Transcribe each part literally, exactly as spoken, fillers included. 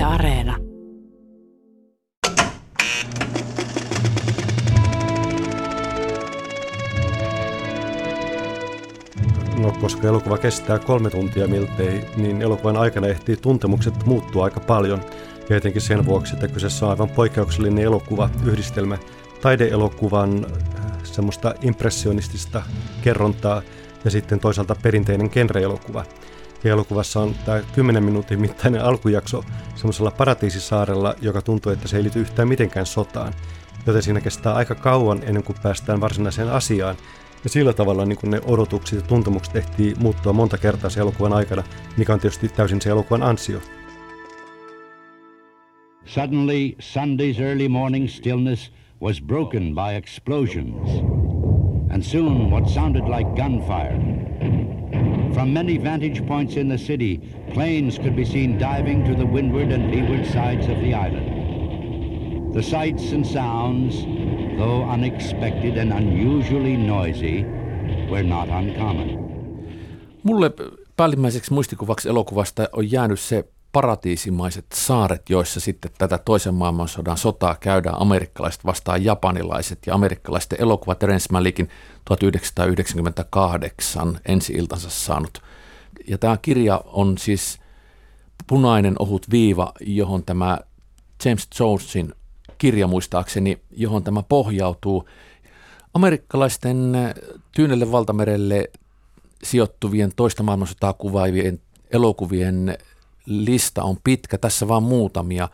Areena. No, koska elokuva kestää kolme tuntia miltei, niin elokuvan aikana ehtii tuntemukset muuttua aika paljon. Ja etenkin sen vuoksi, että kyseessä on aivan poikkeuksellinen elokuva, yhdistelmä taideelokuvan semmoista impressionistista kerrontaa ja sitten toisaalta perinteinen genre-elokuva. Ja elokuvassa on tämä kymmenen minuutin mittainen alkujakso semmoisella paratiisisaarella, joka tuntuu, että se ei liity yhtään mitenkään sotaan. Joten siinä kestää aika kauan ennen kuin päästään varsinaiseen asiaan. Ja sillä tavalla niin kun ne odotukset ja tuntemukset ehtii muuttua monta kertaa sen elokuvan aikana, mikä on tietysti täysin se elokuvan ansio. Suddenly, Sunday's early morning stillness was broken by explosions, and soon what sounded like gunfire. From many vantage points in the city, planes could be seen diving to the windward and leeward sides of the island. The sights and sounds, though unexpected and unusually noisy, were not uncommon. Mulle päällimmäiseksi muistikuvaksi elokuvasta on jäänyt se paratiisimaiset saaret, joissa sitten tätä toisen maailmansodan sotaa käydään, amerikkalaiset vastaan japanilaiset, ja amerikkalaisten elokuva Terence Malickin tuhatyhdeksänsataayhdeksänkymmentäkahdeksan ensi-iltansa saanut. Ja tämä kirja on siis punainen ohut viiva, johon tämä James Jonesin kirja muistaakseni, johon tämä pohjautuu. Amerikkalaisten Tyynelle valtamerelle sijoittuvien toista maailmansotaa kuvaavien elokuvien lista on pitkä, tässä vaan muutamia.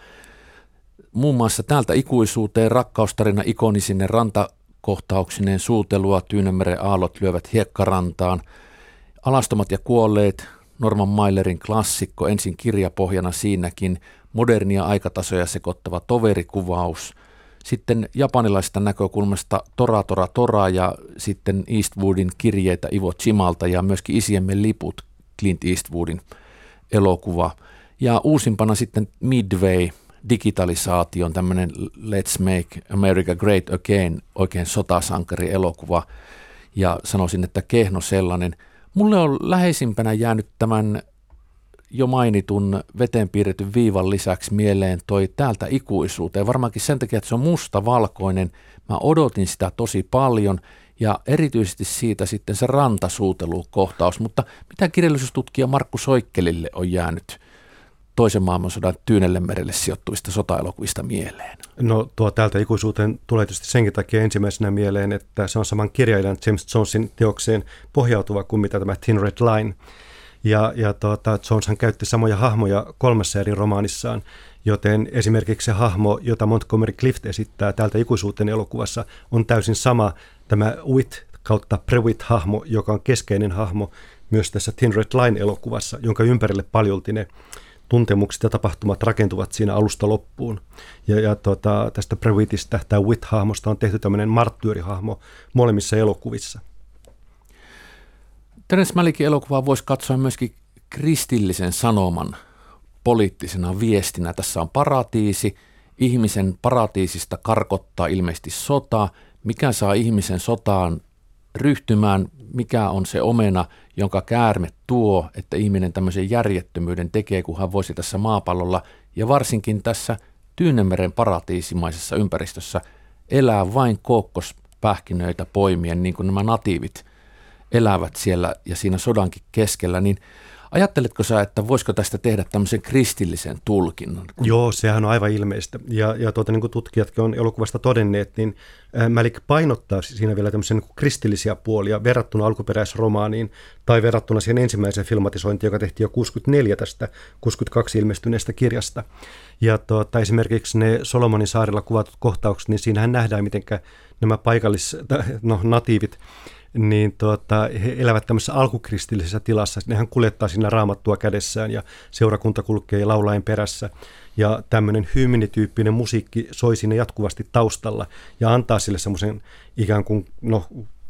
Muun muassa Täältä ikuisuuteen, rakkaustarina ikonisinen rantakohtauksineen, suutelua, Tyynenmeren aallot lyövät hiekkarantaan, Alastomat ja kuolleet, Norman Mailerin klassikko, ensin kirjapohjana siinäkin, modernia aikatasoja sekoittava toverikuvaus, sitten japanilaisesta näkökulmasta Tora Tora Tora ja sitten Eastwoodin kirjeitä Iwo Jimalta ja myöskin Isiemme liput, Clint Eastwoodin elokuva. Ja uusimpana sitten Midway, digitalisaation, tämmöinen Let's Make America Great Again, oikein sotasankari-elokuva. Ja sanoisin, että kehno sellainen. Mulle on läheisimpänä jäänyt tämän jo mainitun veteen piirretyn viivan lisäksi mieleen toi Täältä ikuisuuteen. Varmaankin sen takia, että se on mustavalkoinen. Mä odotin sitä tosi paljon. Ja erityisesti siitä sitten se rantasuutelukohtaus, mutta mitä kirjallisuustutkija Markku Soikkelille on jäänyt toisen maailmansodan Tyynelle merelle sijoittuvista sotaelokuvista mieleen? No tuo Täältä ikuisuuteen tulee tietysti senkin takia ensimmäisenä mieleen, että se on saman kirjailijan James Jonesin teokseen pohjautuva kuin mitä tämä Thin Red Line. Ja, ja tuota, Joneshan käytti samoja hahmoja kolmessa eri romaanissaan, joten esimerkiksi se hahmo, jota Montgomery Clift esittää Täältä ikuisuuteen elokuvassa, on täysin sama tämä Wit kautta Prewitt-hahmo, joka on keskeinen hahmo myös tässä Thin Red Line-elokuvassa, jonka ympärille paljolti ne tuntemukset ja tapahtumat rakentuvat siinä alusta loppuun. Ja, ja tuota, tästä Prewittistä, tämä Wit-hahmosta on tehty tämmöinen marttyyrihahmo molemmissa elokuvissa. Terence Malickin elokuvaa voisi katsoa myöskin kristillisen sanoman poliittisena viestinä. Tässä on paratiisi, ihmisen paratiisista karkottaa ilmeisesti sota, mikä saa ihmisen sotaan ryhtymään, mikä on se omena, jonka käärme tuo, että ihminen tämmöisen järjettömyyden tekee, kun hän voisi tässä maapallolla ja varsinkin tässä Tyynenmeren paratiisimaisessa ympäristössä elää vain kookospähkinöitä poimien, niin kuin nämä natiivit elävät siellä ja siinä sodankin keskellä, niin ajatteletko sä, että voisiko tästä tehdä tämmöisen kristillisen tulkinnan? Joo, sehän on aivan ilmeistä. Ja, ja tuota, niin kuin tutkijatkin on elokuvasta todenneet, niin Malick painottaa siinä vielä tämmöisen niin kuin kristillisiä puolia verrattuna alkuperäisromaaniin tai verrattuna siihen ensimmäiseen filmatisointiin, joka tehtiin jo kuusikymmentäneljä tästä kuusikymmentäkaksi ilmestyneestä kirjasta. Ja tuota, esimerkiksi ne Solomonin saarilla kuvatut kohtaukset, niin siinähän nähdään, miten nämä paikallis, no, natiivit niin tuota, he elävät tämmöisessä alkukristillisessä tilassa. Nehän kuljettaa siinä raamattua kädessään ja seurakunta kulkee laulaen perässä. Ja tämmöinen hymnityyppinen musiikki soi siinä jatkuvasti taustalla ja antaa sille semmoisen ikään kuin no,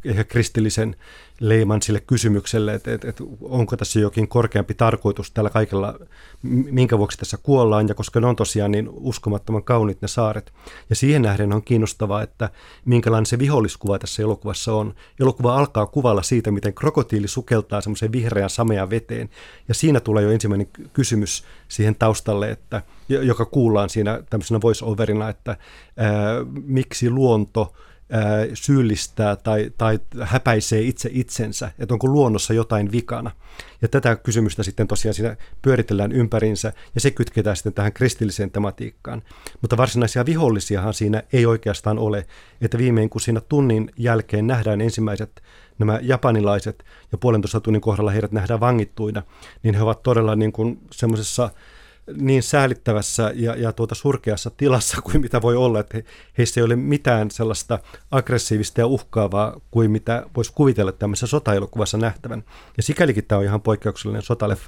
ehkä kristillisen leiman sille kysymykselle, että, että, että onko tässä jokin korkeampi tarkoitus tällä kaikella, minkä vuoksi tässä kuollaan, ja koska ne on tosiaan niin uskomattoman kauniit ne saaret. Ja siihen nähden on kiinnostavaa, että minkälainen se viholliskuva tässä elokuvassa on. Elokuva alkaa kuvalla siitä, miten krokotiili sukeltaa semmoiseen vihreään sameaan veteen, ja siinä tulee jo ensimmäinen kysymys siihen taustalle, että, joka kuullaan siinä tämmöisenä voice-overina, että ää, miksi luonto syyllistää tai, tai häpäisee itse itsensä, että onko luonnossa jotain vikana. Ja tätä kysymystä sitten tosiaan siinä pyöritellään ympärinsä, ja se kytketään sitten tähän kristilliseen tematiikkaan. Mutta varsinaisia vihollisiahan siinä ei oikeastaan ole, että viimein kun siinä tunnin jälkeen nähdään ensimmäiset nämä japanilaiset, ja puolentoista tunnin kohdalla heidät nähdään vangittuina, niin he ovat todella niin kuin semmoisessa niin säälittävässä ja, ja tuota surkeassa tilassa kuin mitä voi olla, että he, heissä ei ole mitään sellaista aggressiivista ja uhkaavaa kuin mitä voisi kuvitella tämmöisessä sotaelokuvassa nähtävän. Ja sikälikin tämä on ihan poikkeuksellinen sotaleffa.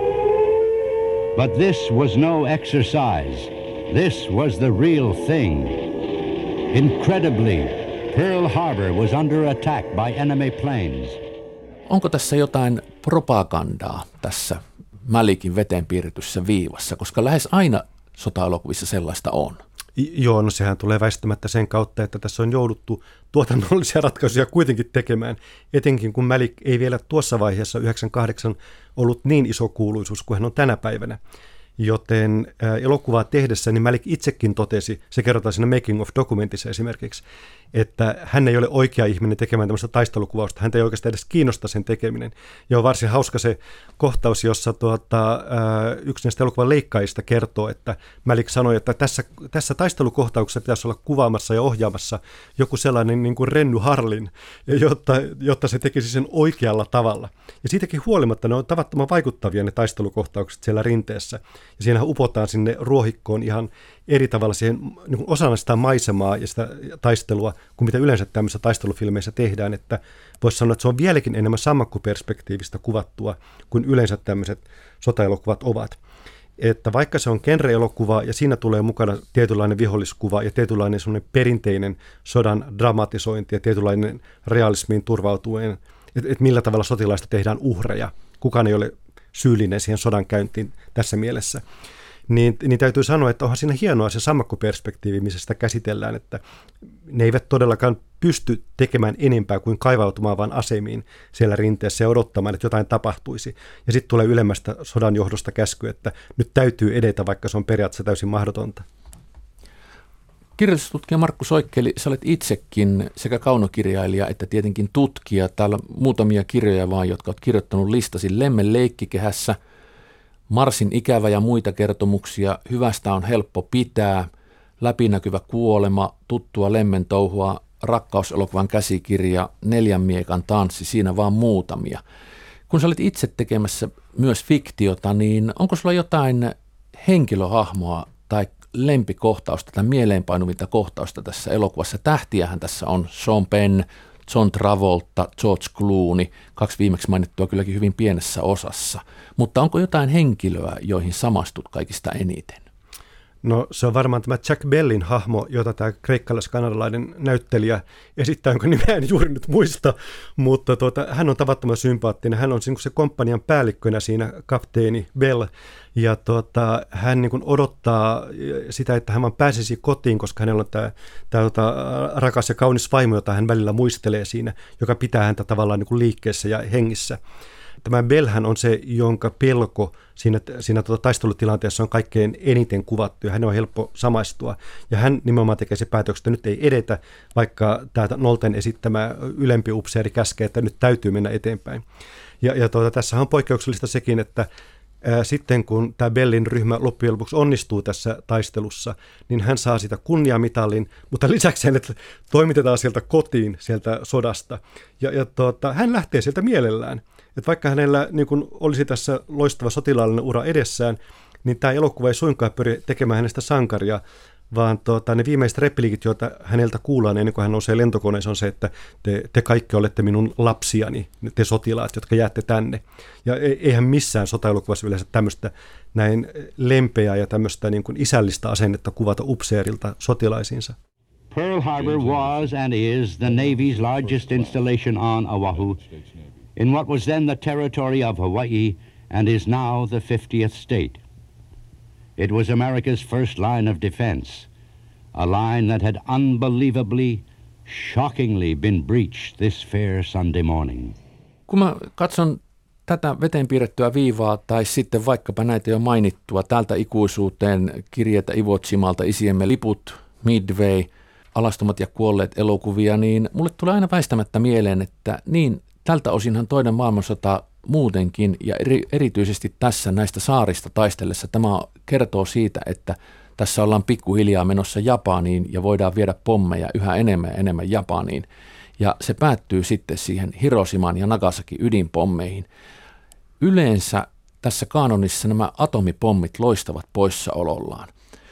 But this was no exercise. This was the real thing. Incredibly, Pearl Harbor was under attack by enemy planes. Onko tässä jotain propagandaa tässä Malickin veteen piirretyssä viivassa, koska lähes aina sota-elokuvissa sellaista on? Joo, no sehän tulee väistämättä sen kautta, että tässä on jouduttu tuotannollisia ratkaisuja kuitenkin tekemään, etenkin kun Malick ei vielä tuossa vaiheessa yhdeksänkymmentäkahdeksan ollut niin iso kuuluisuus kuin hän on tänä päivänä. Joten ää, elokuvaa tehdessä niin Malick itsekin totesi, se kerrotaan siinä Making of -dokumentissa esimerkiksi, että hän ei ole oikea ihminen tekemään tämmöistä taistelukuvausta, häntä ei oikeastaan edes kiinnosta sen tekeminen. Ja on varsin hauska se kohtaus, jossa tuota, ää, yksi näistä elokuvan leikkaajista kertoo, että Malick sanoi, että tässä, tässä taistelukohtauksessa pitäisi olla kuvaamassa ja ohjaamassa joku sellainen niin kuin Renny Harlin, jotta, jotta se tekisi sen oikealla tavalla. Ja siitäkin huolimatta ne on tavattoman vaikuttavia ne taistelukohtaukset siellä rinteessä. Ja siinähän upotaan sinne ruohikkoon ihan eri tavalla siihen niin kuin osana sitä maisemaa ja sitä taistelua, kuin mitä yleensä tämmöisissä taistelufilmeissä tehdään, että voisi sanoa, että se on vieläkin enemmän sammakkoperspektiivistä kuvattua kuin yleensä tämmöiset sotaelokuvat ovat. Että vaikka se on genre-elokuva ja siinä tulee mukana tietynlainen viholliskuva ja tietynlainen semmoinen perinteinen sodan dramatisointi ja tietynlainen realismiin turvautuen, että, että millä tavalla sotilaista tehdään uhreja, kukaan ei ole syyllinen siihen sodan käyntiin tässä mielessä, niin, niin täytyy sanoa, että onhan siinä hienoa se sammakkoperspektiivi, missä sitä käsitellään, että ne eivät todellakaan pysty tekemään enempää kuin kaivautumaan vaan asemiin siellä rinteessä ja odottamaan, että jotain tapahtuisi. Ja sitten tulee ylemmästä sodan johdosta käsky, että nyt täytyy edetä, vaikka se on periaatteessa täysin mahdotonta. Kirjallisuustutkija Markku Soikkeli, sä olet itsekin sekä kaunokirjailija että tietenkin tutkija. Täällä muutamia kirjoja vaan, jotka olet kirjoittanut listasi Lemmen leikkikehässä, Marsin ikävä ja muita kertomuksia, Hyvästä on helppo pitää, Läpinäkyvä kuolema, Tuttua Lemmen touhua, Rakkauselokuvan käsikirja, Neljän miekan tanssi, siinä vaan muutamia. Kun sä olet itse tekemässä myös fiktiota, niin onko sulla jotain henkilöhahmoa tai lempikohtausta tai mieleenpainuvinta kohtausta tässä elokuvassa? Tähtiähän tässä on Sean Penn, John Travolta, George Clooney, kaksi viimeksi mainittua kylläkin hyvin pienessä osassa. Mutta onko jotain henkilöä, joihin samastut kaikista eniten? No se on varmaan tämä Jack Bellin hahmo, jota tämä kreikkalais-kanadalainen näyttelijä esittää, jonka nimeä en juuri nyt muista, mutta tuota, hän on tavattoman sympaattinen. Hän on se komppanian päällikkönä siinä, kapteeni Bell, ja tuota, hän niin kuin odottaa sitä, että hän vaan pääsisi kotiin, koska hänellä on tämä, tämä tuota, rakas ja kaunis vaimo, jota hän välillä muistelee siinä, joka pitää häntä tavallaan niin kuin liikkeessä ja hengissä. Tämä Bellhän on se, jonka pelko siinä, siinä tuota taistelutilanteessa on kaikkein eniten kuvattu ja hän on helppo samaistua. Ja hän nimenomaan tekee se päätöksen, että nyt ei edetä, vaikka tämä Nolten esittämä ylempi upseeri käskee, että nyt täytyy mennä eteenpäin. Ja, ja tuota, tässä on poikkeuksellista sekin, että ää, sitten kun tämä Bellin ryhmä loppujen lopuksi onnistuu tässä taistelussa, niin hän saa sitä kunniamitalin, mutta lisäksi hänet toimitetaan sieltä kotiin sieltä sodasta. Ja, ja tuota, hän lähtee sieltä mielellään. Että vaikka hänellä niin kun olisi tässä loistava sotilaallinen ura edessään, niin tämä elokuva ei suinkaan pyri tekemään hänestä sankaria, vaan tuota, ne viimeiset repliikit, joita häneltä kuullaan ennen kuin hän nousee lentokoneeseen, on se, että te, te kaikki olette minun lapsiani, te sotilaat, jotka jäätte tänne. Ja eihän missään sotaelokuvassa yleensä tämmöistä näin lempeää ja tämmöistä niin kuin isällistä asennetta kuvata upseerilta sotilaisiinsa. Pearl Harbor was and is the Navy's largest installation on Oahu, in what was then the territory of Hawaii and is now the fiftieth state. It was America's first line of defense, a line that had unbelievably, shockingly been breached this fair Sunday morning. Kun mä katson tätä veteen piirrettyä viivaa tai sitten vaikkapa näitä jo mainittua täältä ikuisuuteen kirjeitä Iwo Jimalta, Isiemme liput, Midway, Alastomat ja kuolleet elokuvia, niin mulle tulee aina väistämättä mieleen, että niin tältä osinhan toinen maailmansota muutenkin ja eri, erityisesti tässä näistä saarista taistellessa tämä kertoo siitä, että tässä ollaan pikkuhiljaa menossa Japaniin ja voidaan viedä pommeja yhä enemmän ja enemmän Japaniin. Ja se päättyy sitten siihen Hiroshiman ja Nagasakin ydinpommeihin. Yleensä tässä kaanonissa nämä atomipommit loistavat poissaolollaan.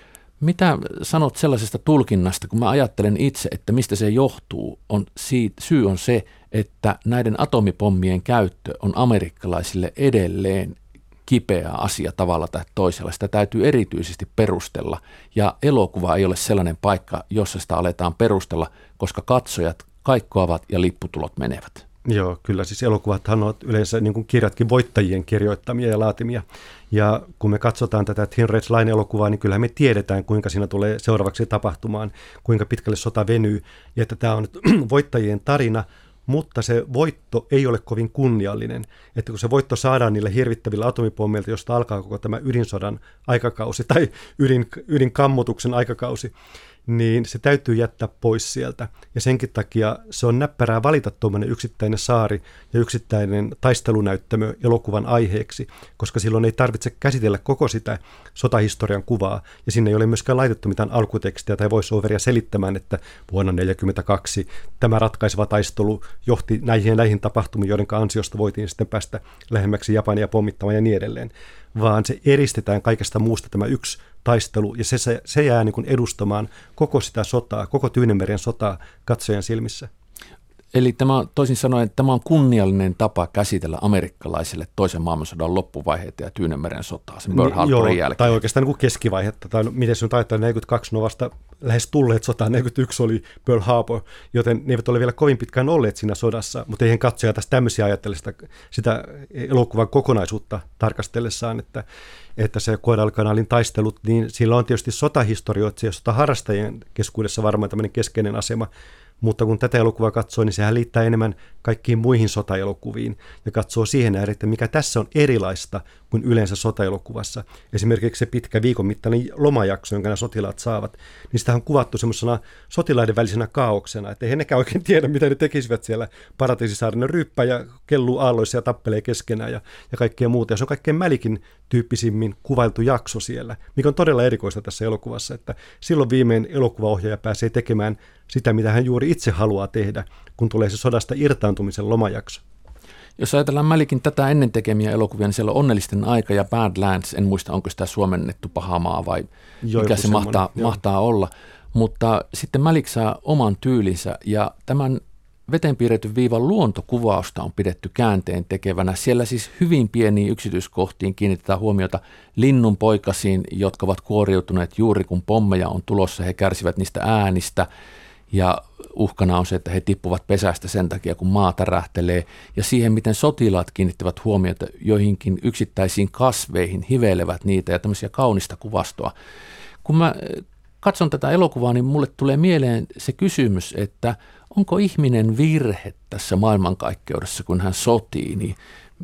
Mitä sanot sellaisesta tulkinnasta, kun mä ajattelen itse, että mistä se johtuu? On siitä, syy on se, että näiden atomipommien käyttö on amerikkalaisille edelleen kipeä asia tavalla tai toisella. Sitä täytyy erityisesti perustella ja elokuva ei ole sellainen paikka, jossa sitä aletaan perustella, koska katsojat kaikkoavat ja lipputulot menevät. Joo, kyllä siis elokuvathan on yleensä niin kuin kirjatkin voittajien kirjoittamia ja laatimia. Ja kun me katsotaan tätä Thin Red Line-elokuvaa, niin kyllähän me tiedetään, kuinka siinä tulee seuraavaksi tapahtumaan, kuinka pitkälle sota venyy. Ja että tämä on nyt voittajien tarina, mutta se voitto ei ole kovin kunniallinen. Että kun se voitto saadaan niillä hirvittävillä atomipommeilta, josta alkaa koko tämä ydinsodan aikakausi tai ydin, ydinkammotuksen aikakausi, niin se täytyy jättää pois sieltä. Ja senkin takia se on näppärää valita tuommoinen yksittäinen saari ja yksittäinen taistelunäyttämö elokuvan aiheeksi, koska silloin ei tarvitse käsitellä koko sitä sotahistorian kuvaa, ja sinne ei ole myöskään laitettu mitään alkutekstiä tai voice-overia selittämään, että vuonna tuhatyhdeksänsataaneljäkymmentäkaksi tämä ratkaiseva taistelu johti näihin ja näihin tapahtumiin, joiden ansiosta voitiin sitten päästä lähemmäksi Japania pommittamaan ja niin edelleen, vaan se eristetään kaikesta muusta tämä yksi taistelu, ja se, se, se jää niin kuin edustamaan koko sitä sotaa, koko Tyynenmeren sotaa katsojan silmissä. Eli tämä, toisin sanoen, että tämä on kunniallinen tapa käsitellä amerikkalaisille toisen maailmansodan loppuvaiheita ja Tyynenmeren sotaa sen Pearl Harborin jälkeen. Tai oikeastaan niin kuin keskivaihetta, tai miten sinun ajattelee, neljäkymmentäkaksi no vasta lähes tulleet sotaan, neljäkymmentäyksi oli Pearl Harbor, joten ne eivät ole vielä kovin pitkään olleet siinä sodassa, mutta eihän katsoja tästä tämmöisiä ajattele sitä, sitä elokuvan kokonaisuutta tarkastellessaan, että, että se Guadalcanalin taistelut, niin sillä on tietysti sotahistorioitsija ja sotaharrastajien keskuudessa varmaan tämmöinen keskeinen asema, mutta kun tätä elokuvaa katsoo, niin sehän liittää enemmän kaikkiin muihin sotaelokuviin ja katsoo siihen nähdä, että mikä tässä on erilaista kuin yleensä sotaelokuvassa. Esimerkiksi se pitkä viikon mittainen lomajakso, jonka nämä sotilaat saavat, niin sitä on kuvattu semmoisena sotilaiden välisenä kaauksena, että eihän nekään oikein tiedä, mitä ne tekisivät siellä Paratiisisaarella. Ne ryyppää ja kelluu aalloissa ja tappelee keskenään ja, ja kaikkea muuta. Ja se on kaikkein Malikin tyyppisimmin kuvailtu jakso siellä, mikä on todella erikoista tässä elokuvassa, että silloin viimein elokuvaohjaaja pääsee tekemään sitä, mitä hän juuri itse haluaa tehdä, kun tulee se sodasta irtaantumisen lomajakso. Jos ajatellaan Malikin tätä ennen tekemiä elokuvia, niin siellä on Onnellisten aika ja Badlands. En muista, onko sitä suomennettu Paha maa vai Joo, mikä se mahtaa, mahtaa olla. Mutta sitten Malik saa oman tyylinsä ja tämän veteen piirretyn viivan luontokuvausta on pidetty käänteen tekevänä. Siellä siis hyvin pieniin yksityiskohtiin kiinnitetään huomiota linnunpoikasiin, jotka ovat kuoriutuneet juuri kun pommeja on tulossa. He kärsivät niistä äänistä. Ja uhkana on se, että he tippuvat pesästä sen takia, kun maa tärähtelee. Ja siihen, miten sotilaat kiinnittävät huomiota joihinkin yksittäisiin kasveihin, hiveilevät niitä ja tämmöisiä kaunista kuvastoa. Kun mä katson tätä elokuvaa, niin mulle tulee mieleen se kysymys, että onko ihminen virhe tässä maailmankaikkeudessa, kun hän sotii. Niin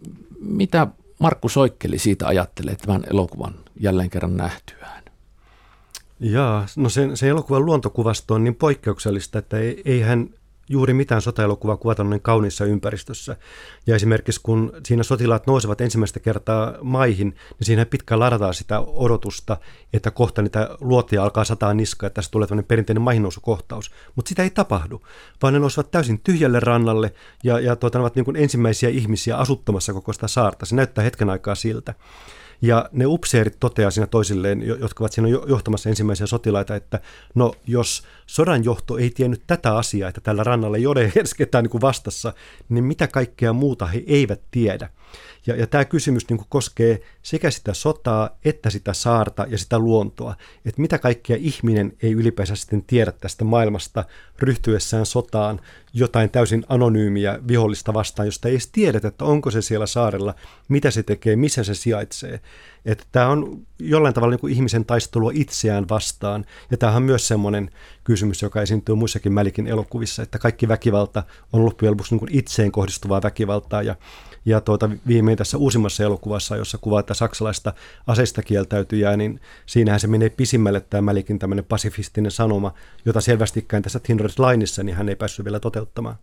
mitä Markku Soikkeli siitä ajattelee tämän elokuvan jälleen kerran nähtyään? Jaa, no sen, sen elokuvan luontokuvasto on niin poikkeuksellista, että ei, ei hän juuri mitään sotaelokuvaa kuvata noin kauniissa ympäristössä. Ja esimerkiksi kun siinä sotilaat nousevat ensimmäistä kertaa maihin, niin siinä pitkään ladataan sitä odotusta, että kohta niitä luotia alkaa sataa niskaa, että tässä tulee tämmöinen perinteinen maihinnousukohtaus. Mutta sitä ei tapahdu, vaan ne nousevat täysin tyhjälle rannalle ja, ja tuota, ne ovat niin kuin ensimmäisiä ihmisiä asuttamassa koko sitä saarta. Se näyttää hetken aikaa siltä. Ja ne upseerit toteaa siinä toisilleen, jotka ovat siinä johtamassa ensimmäisiä sotilaita, että no jos sodan johto ei tiennyt tätä asiaa, että tällä rannalla ei ole edes ketään niin kuin vastassa, niin mitä kaikkea muuta he eivät tiedä. Ja, ja tämä kysymys niin kuin koskee sekä sitä sotaa että sitä saarta ja sitä luontoa, että mitä kaikkea ihminen ei ylipäänsä sitten tiedä tästä maailmasta ryhtyessään sotaan jotain täysin anonyymiä vihollista vastaan, josta ei edes tiedetä, että onko se siellä saarella, mitä se tekee, missä se sijaitsee. Että tämä on jollain tavalla niin kuin ihmisen taistelua itseään vastaan, ja tämähän on myös semmoinen kysymys, joka esiintyy muissakin Malickin elokuvissa, että kaikki väkivalta on loppujen lopuksi niin kuin itseen kohdistuvaa väkivaltaa, ja Ja tuota, viimein tässä uusimmassa elokuvassa, jossa kuvataan saksalaista aseista kieltäytyjää, niin siinähän se menee pisimmälle tämä Malickin tämmöinen pasifistinen sanoma, jota selvästikään tässä Thin Red Lineissa niin hän ei päässyt vielä toteuttamaan.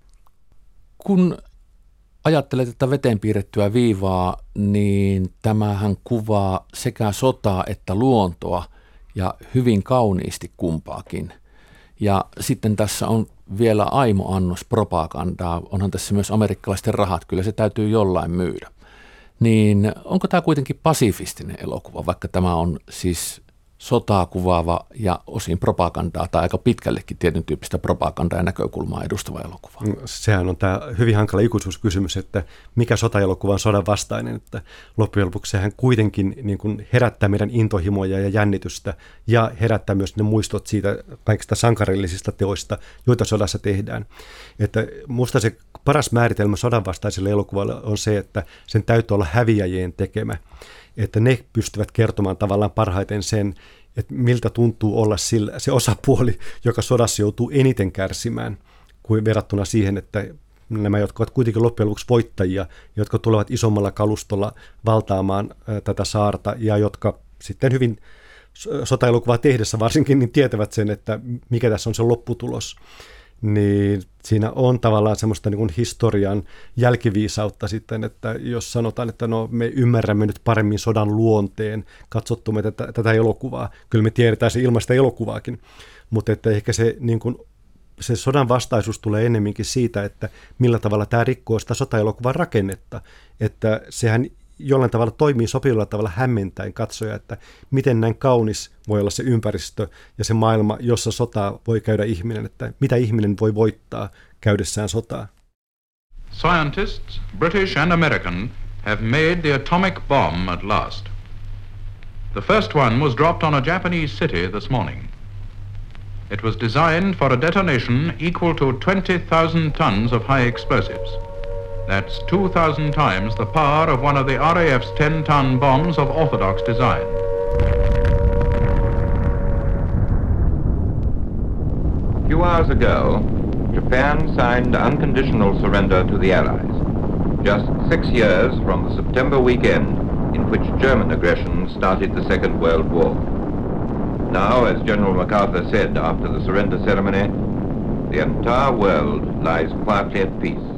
Kun ajattelet tätä veteen piirrettyä viivaa, niin tämähän kuvaa sekä sotaa että luontoa ja hyvin kauniisti kumpaakin. Ja sitten tässä on vielä aimo annos propagandaa, onhan tässä myös amerikkalaisten rahat, kyllä se täytyy jollain myydä. Niin onko tämä kuitenkin pasifistinen elokuva, vaikka tämä on siis sotaa kuvaava ja osin propagandaa tai aika pitkällekin tietyn tyyppistä propagandaa ja näkökulmaa edustava elokuva? Sehän on tämä hyvin hankala ikuisuuskysymys, että mikä sotaelokuva on sodan vastainen, että loppujen lopuksi sehän kuitenkin niin kuin herättää meidän intohimoja ja jännitystä ja herättää myös ne muistot siitä kaikista sankarillisista teoista, joita sodassa tehdään. Että musta se paras määritelmä sodan vastaiselle elokuvalle on se, että sen täytyy olla häviäjien tekemä. Että ne pystyvät kertomaan tavallaan parhaiten sen, että miltä tuntuu olla sillä, se osapuoli, joka sodassa joutuu eniten kärsimään, kuin verrattuna siihen, että nämä, jotka ovat kuitenkin loppujen lopuksi voittajia, jotka tulevat isommalla kalustolla valtaamaan ää, tätä saarta, ja jotka sitten hyvin sotaelokuvaa tehdessä varsinkin niin tietävät sen, että mikä tässä on se lopputulos. Niin siinä on tavallaan semmoista niin kuin historian jälkiviisautta sitten, että jos sanotaan, että no me ymmärrämme nyt paremmin sodan luonteen, katsottumme tätä, tätä elokuvaa, kyllä me tiedetään se ilman sitä elokuvaakin, mutta että ehkä se, niin kuin, se sodan vastaisuus tulee ennemminkin siitä, että millä tavalla tämä rikkoo sitä sotaelokuvan rakennetta, että sehän jollain tavalla toimii sopivalla tavalla hämmentäen katsoja, että miten näin kaunis voi olla se ympäristö ja se maailma, jossa sotaa voi käydä ihminen, että mitä ihminen voi voittaa käydessään sotaa. Scientists, British and American, have made the atomic bomb at last. The first one was dropped on a Japanese city this morning. It was designed for a detonation equal to twenty thousand tons of high explosives. That's two thousand times the power of one of the R A F's ten-ton bombs of orthodox design. A few hours ago, Japan signed unconditional surrender to the Allies, just six years from the September weekend in which German aggression started the Second World War. Now, as General MacArthur said after the surrender ceremony, the entire world lies quietly at peace.